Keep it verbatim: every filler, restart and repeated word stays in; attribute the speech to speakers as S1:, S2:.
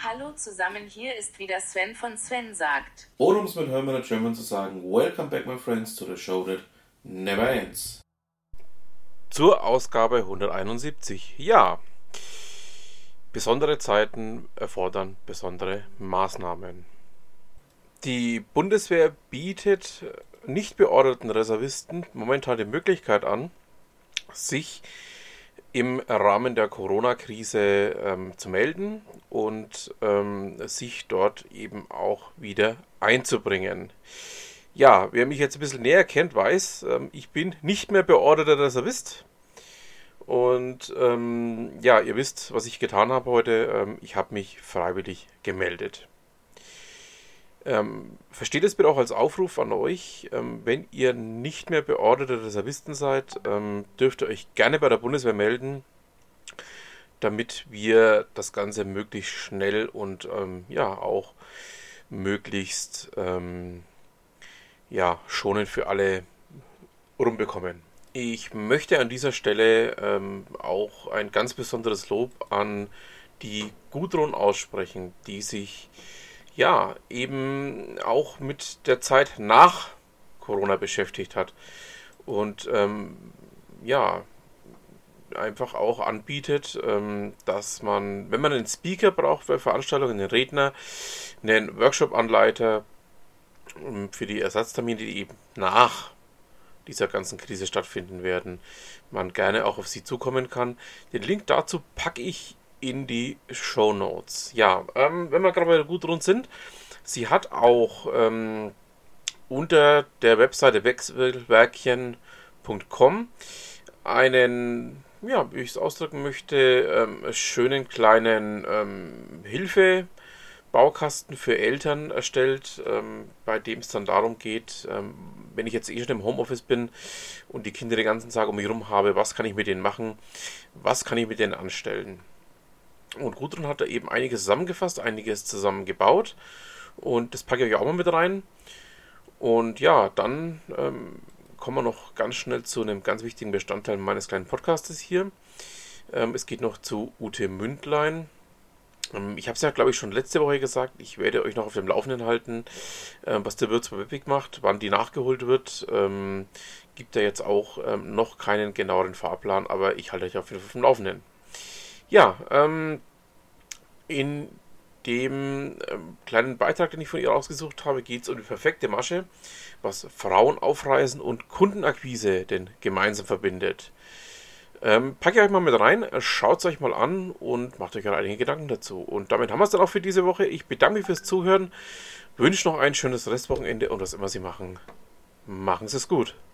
S1: Hallo zusammen, hier ist wieder Sven von Sven sagt.
S2: Oder um es mit Hermann und German zu sagen, Welcome back my friends to the show that never ends.
S3: Zur Ausgabe hunderteinundsiebzig. Ja, besondere Zeiten erfordern besondere Maßnahmen. Die Bundeswehr bietet nicht beorderten Reservisten momentan die Möglichkeit an, sich im Rahmen der Corona-Krise ähm, zu melden und ähm, sich dort eben auch wieder einzubringen. Ja, wer mich jetzt ein bisschen näher kennt, weiß, ähm, ich bin nicht mehr beorderter Reservist. Und ähm, ja, ihr wisst, was ich getan habe heute. Ähm, ich habe mich freiwillig gemeldet. Ähm, versteht es bitte auch als Aufruf an euch, ähm, wenn ihr nicht mehr beorderte Reservisten seid, ähm, dürft ihr euch gerne bei der Bundeswehr melden, damit wir das Ganze möglichst schnell und ähm, ja auch möglichst ähm, ja, schonend für alle rumbekommen. Ich möchte an dieser Stelle ähm, auch ein ganz besonderes Lob an die Gudrun aussprechen, die sich ja, eben auch mit der Zeit nach Corona beschäftigt hat und ähm, ja, einfach auch anbietet, ähm, dass man, wenn man einen Speaker braucht für Veranstaltungen, einen Redner, einen Workshop-Anleiter ähm, für die Ersatztermine, die eben nach dieser ganzen Krise stattfinden werden, man gerne auch auf sie zukommen kann. Den Link dazu packe ich in die Shownotes. Ja, ähm, wenn wir gerade bei der Gudrun sind, sie hat auch ähm, unter der Webseite wechselwerkchen punkt com einen, ja, wie ich es ausdrücken möchte, ähm, schönen kleinen ähm, Hilfe-Baukasten für Eltern erstellt, ähm, bei dem es dann darum geht, ähm, wenn ich jetzt eh schon im Homeoffice bin und die Kinder den ganzen Tag um mich herum habe, was kann ich mit denen machen, was kann ich mit denen anstellen. Und Gudrun hat da eben einiges zusammengefasst, einiges zusammengebaut. Und das packe ich euch auch mal mit rein. Und ja, dann ähm, kommen wir noch ganz schnell zu einem ganz wichtigen Bestandteil meines kleinen Podcastes hier. Ähm, es geht noch zu Ute Mündlein. Ähm, ich habe es ja, glaube ich, schon letzte Woche gesagt. Ich werde euch noch auf dem Laufenden halten, äh, was der Wirt bei Webwig macht, wann die nachgeholt wird. Ähm, gibt ja jetzt auch ähm, noch keinen genaueren Fahrplan, aber ich halte euch auf jeden Fall auf dem Laufenden. Ja, ähm, in dem ähm, kleinen Beitrag, den ich von ihr ausgesucht habe, geht es um die perfekte Masche, was Frauen aufreißen und Kundenakquise denn gemeinsam verbindet. Ähm, packt ihr euch mal mit rein, schaut es euch mal an und macht euch einige Gedanken dazu. Und damit haben wir es dann auch für diese Woche. Ich bedanke mich fürs Zuhören, wünsche noch ein schönes Restwochenende und was immer Sie machen, machen Sie es gut.